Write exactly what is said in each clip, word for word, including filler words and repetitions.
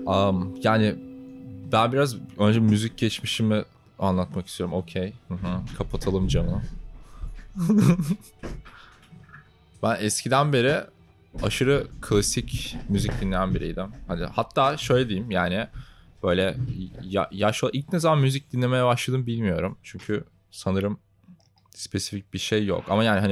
Um, yani ben biraz önce müzik geçmişimi anlatmak istiyorum. Okey. Kapatalım camı. Ben eskiden beri aşırı klasik müzik dinleyen biriydim. Hadi hatta şöyle diyeyim, yani böyle ya, yaş ilk ne zaman müzik dinlemeye başladım bilmiyorum. Çünkü sanırım spesifik bir şey yok. Ama yani hani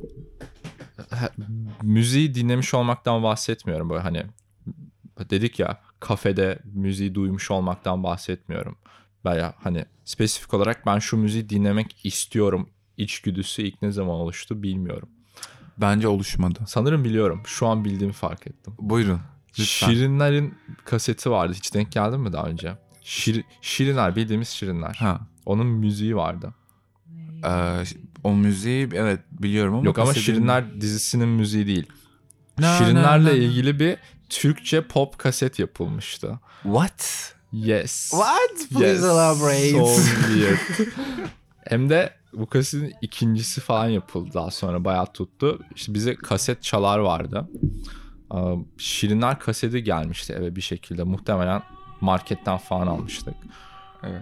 müziği dinlemiş olmaktan bahsetmiyorum, böyle hani dedik ya, kafede müziği duymuş olmaktan bahsetmiyorum. Veya hani spesifik olarak ben şu müziği dinlemek istiyorum içgüdüsü ilk ne zaman oluştu bilmiyorum. Bence oluşmadı. Sanırım biliyorum. Şu an bildiğimi fark ettim. Buyurun. Lütfen. Şirinler'in kaseti vardı. Hiç denk geldin mi daha önce? Şir, Şirinler, bildiğimiz Şirinler. Ha. Onun müziği vardı. Ee, o müziği evet biliyorum ama... Yok ama kasetin... Şirinler dizisinin müziği değil. No, Şirinlerle no, no, no. ilgili bir Türkçe pop kaset yapılmıştı. What? Yes. What? Please yes. elaborate. So weird. Hem de bu kasetin ikincisi falan yapıldı daha sonra, bayağı tuttu. İşte bize kaset çalar vardı. Şirinler kaseti gelmişti eve bir şekilde. Muhtemelen marketten falan almıştık. Evet.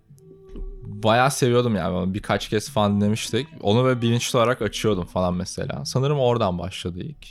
Bayağı seviyordum yani. Birkaç kez falan dinlemiştik. Onu böyle bilinçli olarak açıyordum falan mesela. Sanırım oradan başladı ilk.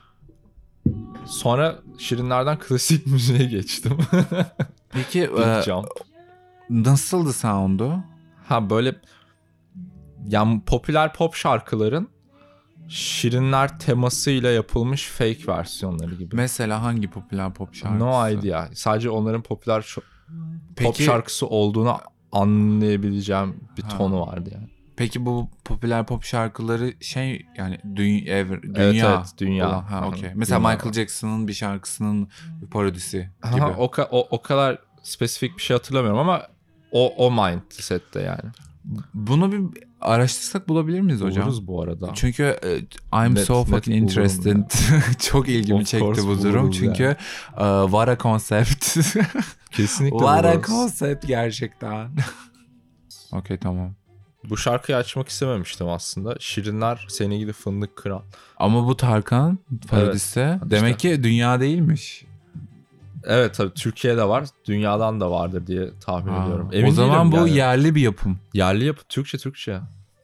Sonra Şirinlerden klasik müziğe geçtim. Peki e, nasıldı sound'u? Ha böyle yani popüler pop şarkıların Şirinler temasıyla yapılmış fake versiyonları gibi. Mesela hangi popüler pop şarkısı? No idea. Sadece onların popüler şo- Peki, pop şarkısı olduğunu anlayabileceğim bir ha. tonu vardı yani. Peki bu popüler pop şarkıları şey yani dü- ev, dünya. Evet, evet dünya. Olan, ha, okay. Mesela dünya Michael var. Jackson'ın bir şarkısının bir parodisi gibi. Ha, o, o, o kadar spesifik bir şey hatırlamıyorum ama o, o mindsette yani. Bunu bir araştırsak bulabilir miyiz hocam? Buluruz bu arada. Çünkü uh, I'm net, so fucking interested. Çok ilgimi of çekti bu durum. Çünkü yani. uh, what a concept. Kesinlikle what buluruz. a concept gerçekten. Okey tamam. Bu şarkıyı açmak istememiştim aslında. Şirinler seni gidi fındık kıran. Ama bu Tarkan parodisi. Evet, demek işte. Ki dünya değilmiş. Evet tabii Türkiye'de var. Dünyadan da vardır diye tahmin ha, ediyorum. Emin o zaman bu yani. Yerli bir yapım. Yerli yapı. Türkçe Türkçe.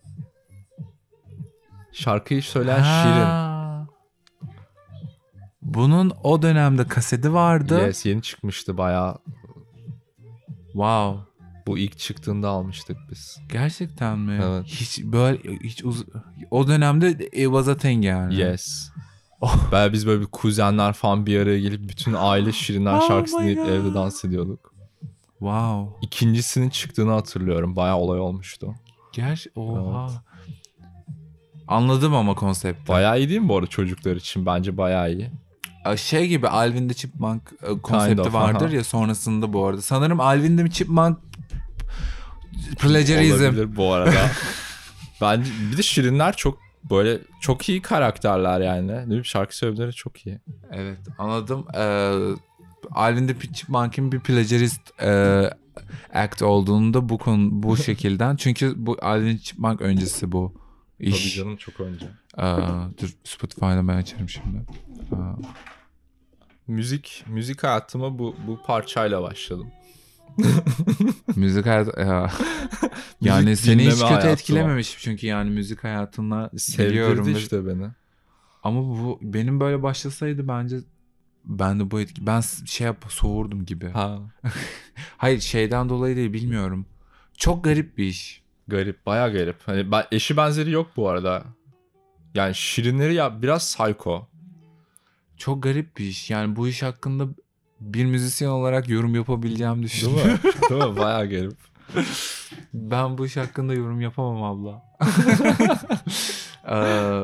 Şarkıyı söyleyen ha. Şirin. Bunun o dönemde kaseti vardı. Yes, yeni çıkmıştı bayağı. Wow. Bu ilk çıktığında almıştık biz. Gerçekten mi? Evet. Hiç böyle hiç uz- o dönemde it was a thing yani. Yes. Oh. Böyle biz böyle bir kuzenler falan bir araya gelip bütün aile Şirinler oh şarkısını dinleyip evde dans ediyorduk. Wow. İkincisinin çıktığını hatırlıyorum. Bayağı olay olmuştu. Gerçi oha. Evet. Anladım ama konsepti. Bayağı iyi değil mi bu arada çocuklar için? Bence bayağı iyi. Şey gibi Alvin the Chipmunk konsepti kind of, vardır aha. Ya sonrasında bu arada. Sanırım Alvin the Chipmunk plagiarizm. Olabilir bu arada. Bence bir de Şirinler çok böyle çok iyi karakterler yani. Ne bileyim, şarkı söylemeleri çok iyi. Evet anladım. Ee, Alvin the Chipmunk'in bir plagiarist e, act olduğunu da bu konu bu şekilden. Çünkü bu Alvin the Chipmunk öncesi bu iş. Tabii canım çok önce. Ee, dur Spotify'da ben açarım şimdi. Ee. Müzik müzik hayatıma bu bu parçayla başladım. Müzik hayat ya. Yani müzik seni hiç kötü etkilememiş çünkü yani müzik hayatınla sevdirdi işte beni. Ama bu benim böyle başlasaydı bence ben de bu etki ben şey yap soğurdum gibi. Ha. Hayır şeyden dolayı değil bilmiyorum. Çok garip bir iş. Garip, bayağı garip. Hani ben, eşi benzeri yok bu arada. Yani Şirinleri ya biraz psycho. Çok garip bir iş. Yani bu iş hakkında bir müzisyen olarak yorum yapabileceğimi düşünüyorum. Değil mi? Değil mi? Bayağı garip. Ben bu iş hakkında yorum yapamam abla. ee,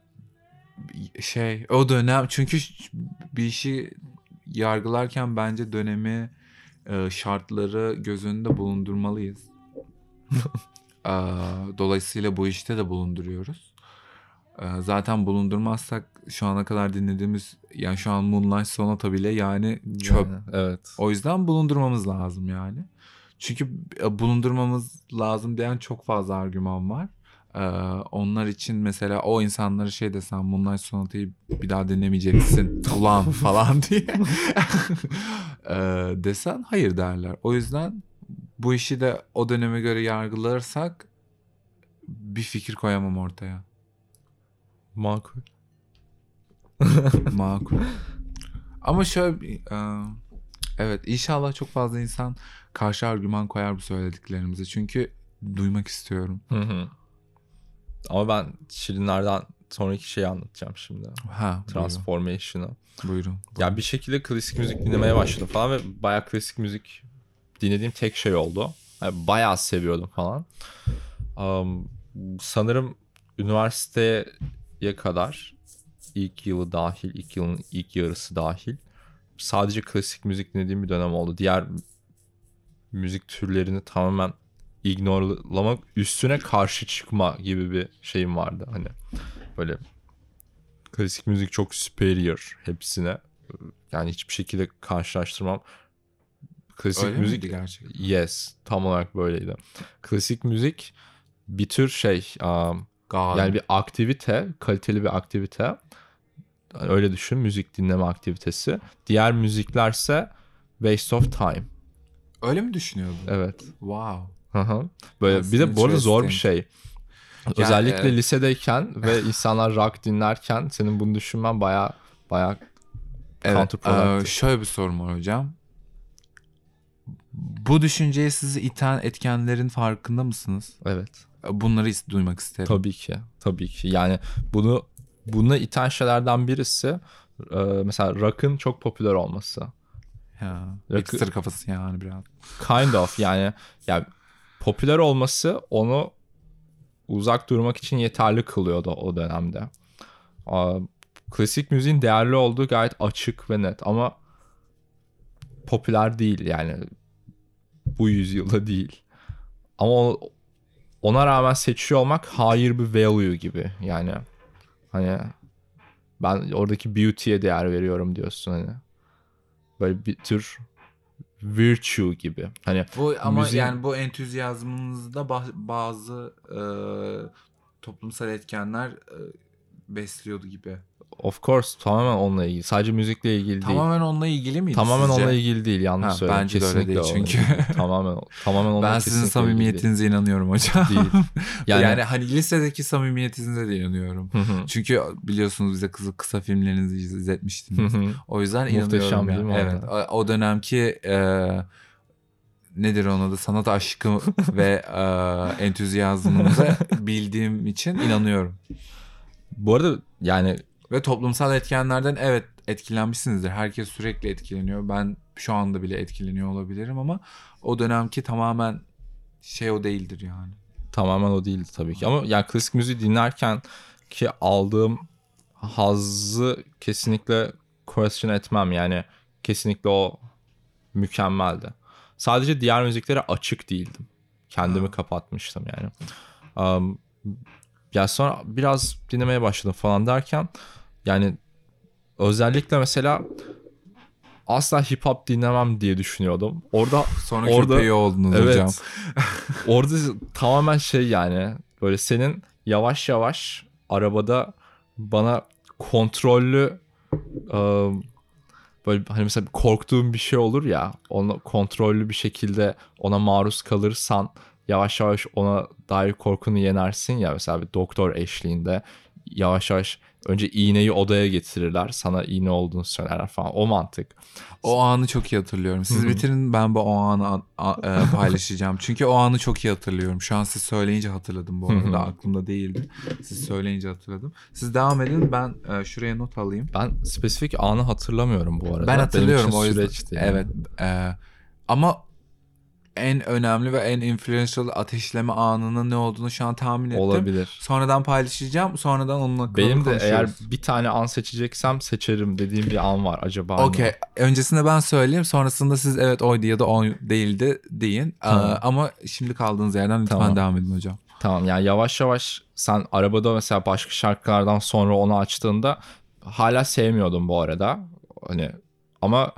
şey o dönem çünkü bir işi yargılarken bence dönemi şartları göz önünde bulundurmalıyız. ee, dolayısıyla bu işte de bulunduruyoruz. Zaten bulundurmazsak şu ana kadar dinlediğimiz yani şu an Moonlight Sonata bile yani çöp. Yani, evet. O yüzden bulundurmamız lazım yani. Çünkü bulundurmamız lazım diyen çok fazla argüman var. Ee, onlar için mesela o insanlara şey desem Moonlight Sonata'yı bir daha dinlemeyeceksin ulan falan diye ee, desen hayır derler. O yüzden bu işi de o döneme göre yargılarsak bir fikir koyamam ortaya. Makul. Makul. Ama şöyle bir, e, evet inşallah çok fazla insan karşı argüman koyar bu söylediklerimize. Çünkü duymak istiyorum. Hı hı. Ama ben Şirinler'den sonraki şeyi anlatacağım şimdi. Ha, Transformation'ı. Buyurun. buyurun. Ya bir şekilde klasik müzik dinlemeye başladım falan ve bayağı klasik müzik dinlediğim tek şey oldu. Yani bayağı seviyordum falan. Um, sanırım üniversiteye kadar ilk yılı dahil, ilk yılın ilk yarısı dahil sadece klasik müzik dinlediğim bir dönem oldu. Diğer müzik türlerini tamamen ignorlamak, üstüne karşı çıkma gibi bir şeyim vardı. Hani böyle klasik müzik çok superior hepsine. Yani hiçbir şekilde karşılaştırmam. Klasik Öyle müzik miydi gerçekten? yes, tam olarak böyleydi. Klasik müzik bir tür şey, um, yani bir aktivite, kaliteli bir aktivite. Yani öyle düşün, müzik dinleme aktivitesi. Diğer müziklerse waste of time. Öyle mi düşünüyordun? Evet. Wow. Hı hı. Böyle That's bir de bu arada zor bir interesting. şey. Yani, Özellikle evet. lisedeyken ve insanlar rock dinlerken senin bunu düşünmen baya baya Evet. counterproductive. Ee, şöyle bir sorum var hocam. Bu düşünceye sizi iten etkenlerin farkında mısınız? Evet. Bunları is- duymak isterim. Tabii ki. Tabii ki. Yani bunu buna iten şeylerden birisi e, mesela rock'ın çok popüler olması. Ya, Rock- ekstra kafası yani biraz. Kind of yani yani popüler olması onu uzak durmak için yeterli kılıyordu o dönemde. Aa, klasik müziğin değerli olduğu gayet açık ve net ama popüler değil yani bu yüzyılda değil. Ama o- ona rağmen seçiyor olmak higher bir value gibi yani hani ben oradaki beauty'ye değer veriyorum diyorsun hani böyle bir tür virtue gibi hani Bu ama müziğin yani bu entüzyazmınızda bah- bazı e, toplumsal etkenler e, besliyordu gibi. of course tamamen onunla ilgili sadece müzikle ilgili değil. Tamamen onunla ilgili miydi Tamamen sizce? onunla ilgili değil, yanlış Ha, söyledim. bence de öyle Kesinlikle değil onunla çünkü. ilgili değil. Tamamen tamamen onunla Ben sizin kesinlikle ilgili değil. samimiyetinize inanıyorum hocam. Değil. Yani, Yani- hani lisedeki samimiyetinize de inanıyorum. Hı hı. Çünkü biliyorsunuz bize kısa, kısa filmlerinizi iz- izletmiştiniz. Hı hı. O yüzden Muhteşem inanıyorum değil yani. mi Evet. onlar? O, o dönemki e, nedir onun adı? Sanat aşkı ve e, entüzyazmınıza bildiğim için inanıyorum. Bu arada yani Ve toplumsal etkenlerden evet etkilenmişsinizdir. Herkes sürekli etkileniyor. Ben şu anda bile etkileniyor olabilirim ama o dönemki tamamen şey o değildir yani. tamamen o değildi tabii ki. Ama yani klasik müziği dinlerken ki aldığım hazzı kesinlikle question etmem. Yani kesinlikle o mükemmeldi. Sadece diğer müziklere açık değildim. Kendimi Ha. kapatmıştım yani. Um, ya sonra biraz dinlemeye başladım falan derken yani özellikle mesela asla hip hop dinlemem diye düşünüyordum. Orada Sonra orada köpeği oldunuz evet, hocam. orada tamamen şey yani böyle senin yavaş yavaş arabada bana kontrollü ıı, böyle hani mesela korktuğum bir şey olur ya onu kontrollü bir şekilde ona maruz kalırsan yavaş yavaş ona dair korkunu yenersin ya mesela bir doktor eşliğinde yavaş yavaş önce iğneyi odaya getirirler sana iğne olduğunu söylerler falan o mantık. O anı çok iyi hatırlıyorum. Siz bitirin ben bu o anı a- a- e, paylaşacağım. Çünkü o anı çok iyi hatırlıyorum. Şu an siz söyleyince hatırladım bu arada. Aklımda değildi. Siz söyleyince hatırladım. Siz devam edin ben e, şuraya not alayım. Ben spesifik anı hatırlamıyorum bu arada. Ben hatırlıyorum Benim için o yüzden. süreçti yani. Evet. e, ama en önemli ve en influential ateşleme anının ne olduğunu şu an tahmin ettim. Olabilir. Sonradan paylaşacağım. Sonradan onun hakkında Benim de konuşuruz. eğer bir tane an seçeceksem seçerim dediğim bir an var acaba. hani Okey. Öncesinde ben söyleyeyim. Sonrasında siz evet oydu ya da oy değildi deyin. Tamam. Ee, ama şimdi kaldığınız yerden lütfen Tamam. devam edin hocam. Tamam yani yavaş yavaş sen arabada mesela başka şarkılardan sonra onu açtığında hala sevmiyordum bu arada. Hani ama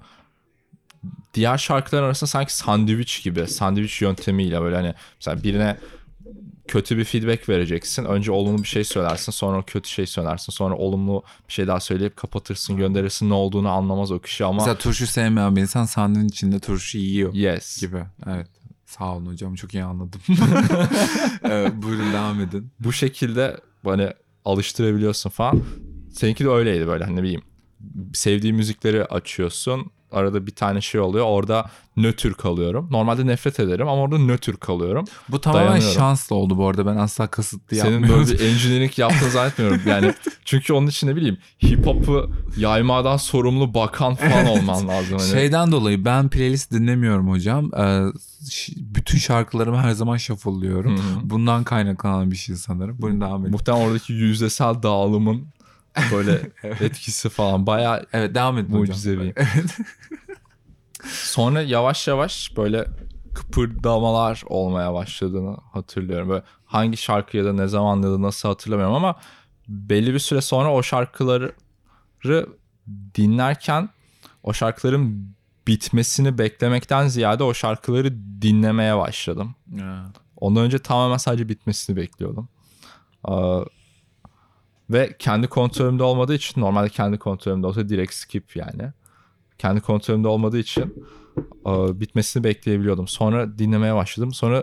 diğer şarkıların arasında sanki sandviç gibi, sandviç yöntemiyle böyle hani mesela birine kötü bir feedback vereceksin. Önce olumlu bir şey söylersin, sonra o kötü şey söylersin, sonra olumlu bir şey daha söyleyip kapatırsın, gönderirsin, ne olduğunu anlamaz o kişi ama... Mesela turşu sevmeyen bir insan sandığın içinde turşu yiyor Yes. gibi. Evet. Sağ olun hocam, çok iyi anladım. Evet, buyurun devam edin. Bu şekilde hani alıştırabiliyorsun falan. Seninki de öyleydi böyle, hani ne bileyim. Sevdiğin müzikleri açıyorsun. Arada bir tane şey oluyor. Orada nötr kalıyorum. Normalde nefret ederim ama orada nötr kalıyorum. Bu tamamen şanslı oldu bu arada. Ben asla kasıtlı yapmıyorum. Senin böyle bir engineering yaptığını zannetmiyorum. Yani çünkü onun için ne bileyim hip hop'u yaymadan sorumlu bakan falan olman lazım. Hani. Şeyden dolayı ben playlist dinlemiyorum hocam. Ee, bütün şarkılarımı her zaman shuffle'lıyorum. Bundan kaynaklanan bir şey sanırım. Bunu devam edin. Muhtemelen oradaki yüzdesel dağılımın böyle evet. etkisi falan bayağı evet, devam edin mucizevi. hocam. Evet. Sonra yavaş yavaş böyle kıpırdamalar olmaya başladığını hatırlıyorum. Böyle hangi şarkı ya da ne zaman ya da nasıl hatırlamıyorum ama belli bir süre sonra o şarkıları dinlerken o şarkıların bitmesini beklemekten ziyade o şarkıları dinlemeye başladım. Yeah. Ondan önce tamamen sadece bitmesini bekliyordum. Ee, ve kendi kontrolümde olmadığı için, normalde kendi kontrolümde olsa direkt skip yani. Kendi kontrolümde olmadığı için e, bitmesini bekleyebiliyordum. Sonra dinlemeye başladım. Sonra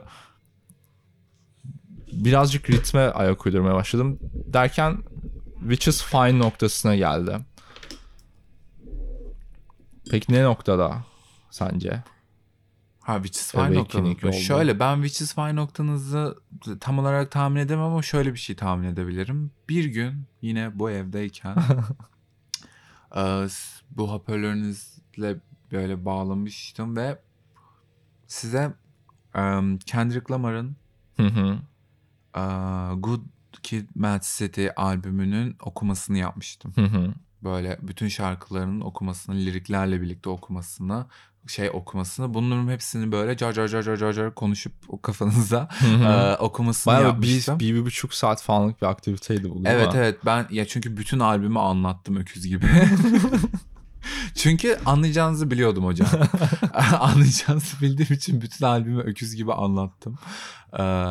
birazcık ritme ayak uydurmaya başladım. Derken Which is Fine noktasına geldi. Peki ne noktada sence? Ha, Which is Fine noktanızı. Şöyle, ben Which is Fine noktanızı tam olarak tahmin edemem ama şöyle bir şey tahmin edebilirim. Bir gün yine bu evdeyken bu hoparlörünüzle böyle bağlamıştım ve size um, Kendrick Lamar'ın Hı hı. uh, Good Kid, Mad City albümünün okumasını yapmıştım. Hı hı. Böyle bütün şarkılarının okumasını, liriklerle birlikte okumasını, şey okumasını, bunların hepsini böyle car car car car car, car konuşup o kafanıza e, okumasını bayağı yapmıştım. Bir, bir, bir buçuk saat falanlık bir aktiviteydi bu. Evet ama. evet ben ya çünkü bütün albümü anlattım öküz gibi. Çünkü anlayacağınızı biliyordum hocam. Anlayacağınızı bildiğim için bütün albümü öküz gibi anlattım. Ee,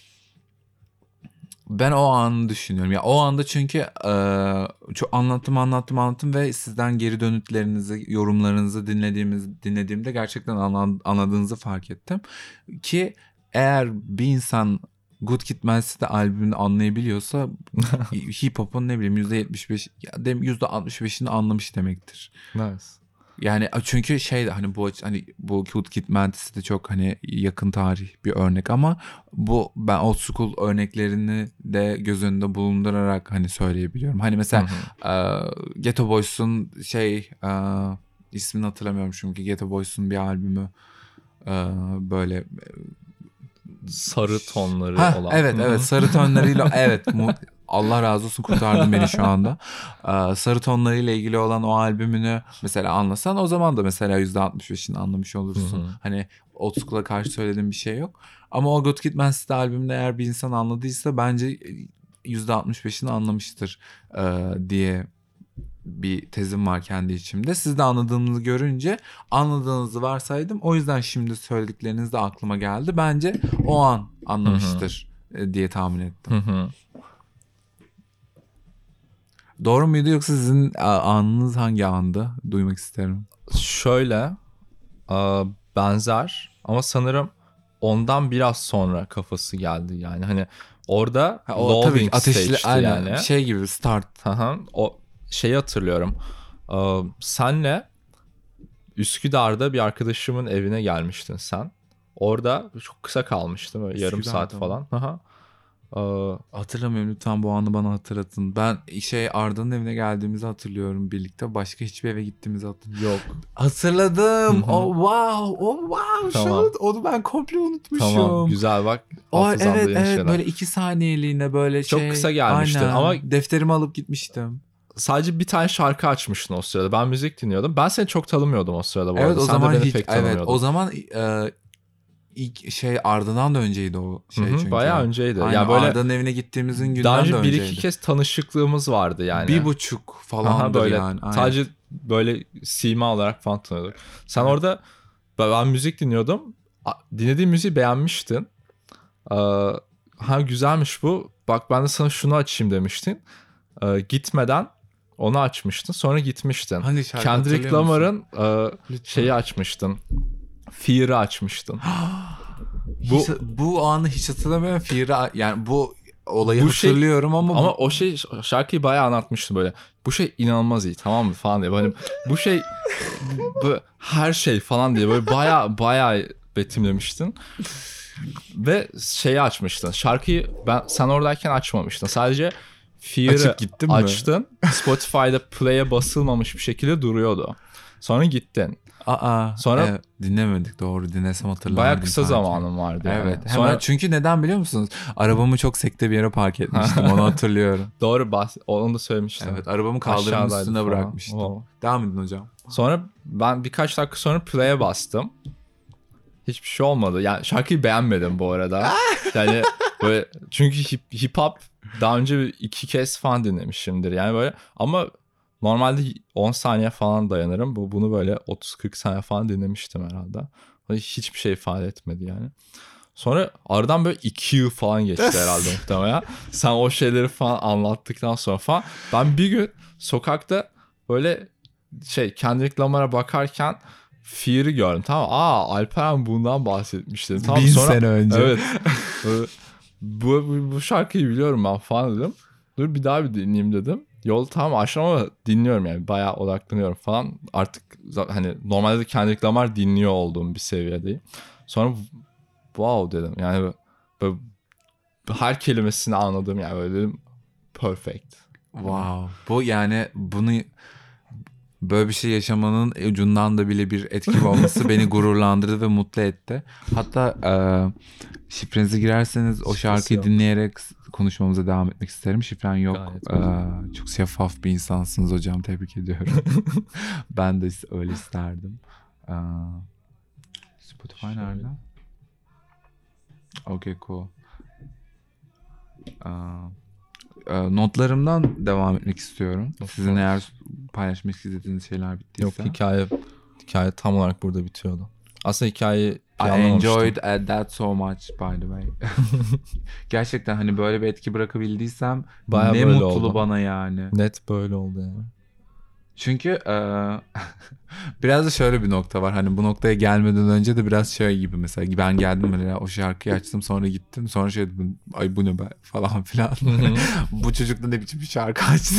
Ben o anı düşünüyorum. Ya o anda çünkü e, çok anlattım anlattım anlattım ve sizden geri dönütlerinizi, yorumlarınızı dinlediğimiz dinlediğimde gerçekten anladığınızı fark ettim. Ki eğer bir insan Good Kid, Mad City albümünü anlayabiliyorsa hip hop'un ne bileyim yüzde yetmiş beş, yüzde altmış beşini anlamış demektir. Nice. Yani çünkü şey de hani bu hani bu Good Kid, Mad City çok hani yakın tarih bir örnek ama bu ben old school örneklerini de göz önünde bulundurarak hani söyleyebiliyorum. Hani mesela uh, Geto Boys'un şey uh, ismini hatırlamıyorum çünkü Geto Boys'un bir albümü uh, böyle sarı tonları ha, olan. Evet evet sarı tonlarıyla evet mu- Allah razı olsun kurtardın beni şu anda. Ee, sarı tonlarıyla ilgili olan o albümünü mesela anlasan o zaman da mesela yüzde altmış beşini anlamış olursun. Hı-hı. Hani old school'a karşı söylediğim bir şey yok. Ama o Good Kid, Mad City albümünü eğer bir insan anladıysa bence yüzde altmış beşini anlamıştır e, diye bir tezim var kendi içimde. Siz de anladığınızı görünce anladığınızı varsaydım. O yüzden şimdi söyledikleriniz de aklıma geldi. Bence o an anlamıştır Hı-hı. diye tahmin ettim. Hı-hı. Doğru muydu yoksa sizin anınız hangi andı? Duymak isterim. Şöyle benzer ama sanırım ondan biraz sonra kafası geldi yani hani orada ha, o, loading stage'ti yani. Şey gibi start. Hı-hı. O şeyi hatırlıyorum. Senle Üsküdar'da bir arkadaşımın evine gelmiştin sen. Orada çok kısa kalmıştım öyle yarım saat falan. Hı-hı. Ee, Hatırlamıyorum, lütfen bu anı bana hatırlatın. Ben şey Arda'nın evine geldiğimizi hatırlıyorum birlikte. Başka hiçbir eve gittiğimizi hatırlıyorum. Yok. Hatırladım. Oh wow. Oh wow. Tamam. Şu, onu ben komple unutmuşum. Tamam güzel bak. O, evet evet böyle iki saniyeliğine böyle çok şey. Çok kısa gelmiştin aynen. ama. Defterimi alıp gitmiştim. Sadece bir tane şarkı açmıştın o sırada. Ben müzik dinliyordum. Ben seni çok tanımıyordum o sırada bu evet, arada. O Sen zaman de beni hiç, pek tanımıyordun. Evet o zaman e, İlk şey Arda'dan da önceydi o şey Hı-hı, çünkü. Bayağı önceydi. Aynen, yani böyle Arda'nın evine gittiğimizin günden daha önce de önceydi. bir iki kez tanışıklığımız vardı yani. Bir buçuk falandır böyle, yani. Aynen. Sadece böyle sima olarak falan tanıyorduk. Sen evet. Orada ben müzik dinliyordum. Dinlediğim müziği beğenmiştin. Ee, ha güzelmiş bu. Bak ben de sana şunu açayım demiştin. Ee, gitmeden onu açmıştın. Sonra gitmiştin. Hangi şarkı Kendrick hatırlıyor musun? Lamar'ın e, Lütfen. şeyi açmıştın. Fear'ı açmıştın. bu hiç, bu anı hiç hatırlamıyorum. Fear'ı, yani bu olayı Bu şey- hatırlıyorum ama Ama bu, o şey şarkıyı bayağı anlatmıştım böyle. Bu şey inanılmaz iyi, tamam mı falan diye. Böyle bu şey bu, her şey falan diye böyle bayağı bayağı betimlemiştin. Ve şeyi açmıştın. Şarkıyı ben sen oradayken açmamıştın. Sadece Fear'ı Açıp gittin mi? açtın. Spotify'da play'e basılmamış bir şekilde duruyordu. Sonra gittin. aa, Sonra- evet, dinlemedik, doğru, dinlesem hatırlardım. Bayağı kısa sadece. zamanım vardı. yani. Evet. Hemen, Sonra çünkü neden biliyor musunuz? Arabamı çok sekte bir yere park etmiştim. Onu hatırlıyorum. doğru bahs- onu da söylemiştim. Evet, arabamı kaldırımın Aşağıdaydı üstüne falan. bırakmıştım. Wow. Devam edin hocam. Sonra ben birkaç dakika sonra play'e bastım. Hiçbir şey olmadı. Yani şarkıyı beğenmedim bu arada. Yani böyle çünkü hip, hip hop daha önce bir iki kez falan dinlemişimdir. Yani böyle ama normalde on saniye falan dayanırım. Bu bunu böyle otuz kırk saniye falan dinlemiştim herhalde. Hiçbir şey ifade etmedi yani. Sonra aradan böyle iki yıl falan geçti herhalde muhtemelen. Sen o şeyleri falan anlattıktan sonra falan. Ben bir gün sokakta böyle şey Kendrick Lamar'a bakarken Fear'ı gördüm. Tamam. Aa Alperen bundan bahsetmişti. Tamam. Bin sonra, sene önce. Evet. bu, bu, bu şarkıyı biliyorum ben falan dedim. Dur bir daha bir dinleyeyim dedim. Yol tamam açtım ama dinliyorum yani. Bayağı odaklanıyorum falan. Artık hani normalde de Kendrick Lamar dinliyor olduğum bir seviyedeyim. Sonra wow dedim. Yani böyle, böyle her kelimesini anladım yani böyle dedim. Perfect. Wow. Bu yani bunu böyle bir şey yaşamanın ucundan da bile bir etki olması beni gururlandırdı ve mutlu etti. Hatta e, şifrenizi girerseniz o Şifresi şarkıyı yok. dinleyerek konuşmamıza devam etmek isterim. Şifren yok. Gayet E, çok şeffaf bir insansınız hocam. Tebrik ediyorum. Ben de öyle isterdim. E, Spotify Şöyle. nerede? Okay, cool. E, e, notlarımdan devam etmek istiyorum. Of Sizin course. eğer paylaşmak istediğiniz şeyler bittiyse. Yok hikaye hikaye tam olarak burada bitiyordu. Aslında hikayeyi I planlamamıştım. enjoyed uh, that so much by the way. Gerçekten hani böyle bir etki bırakabildiysem Bayağı ne böyle mutlu oldu. bana yani. Net böyle oldu yani. Çünkü e, biraz da şöyle bir nokta var. Hani bu noktaya gelmeden önce de biraz şey gibi mesela ben geldim böyle o şarkıyı açtım sonra gittim. Sonra şey dedim ay bu ne be falan filan. Bu çocuk da ne biçim bir şarkı açtı.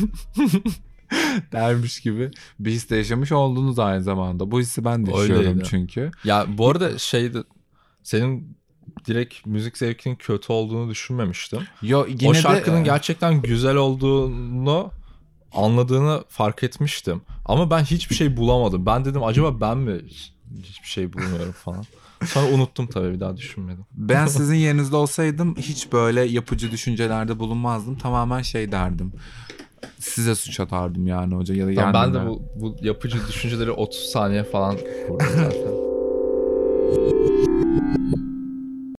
dermiş gibi bir his de yaşamış oldunuz aynı zamanda. Bu hissi ben de yaşıyorum Öyleydi. çünkü. Ya bu arada şeydi senin direkt müzik zevkinin kötü olduğunu düşünmemiştim. Yo, yine O şarkının de, gerçekten güzel olduğunu anladığını fark etmiştim. Ama ben hiçbir şey bulamadım. Ben dedim acaba ben mi hiçbir şey bulmuyorum falan. Sonra unuttum tabii bir daha düşünmedim. ben sizin yerinizde olsaydım hiç böyle yapıcı düşüncelerde bulunmazdım. Tamamen şey derdim. Size suç atardım yani hoca ya da Tamam, ben de kendime. bu, bu yapıcı düşünceleri otuz saniye falan kurdum zaten.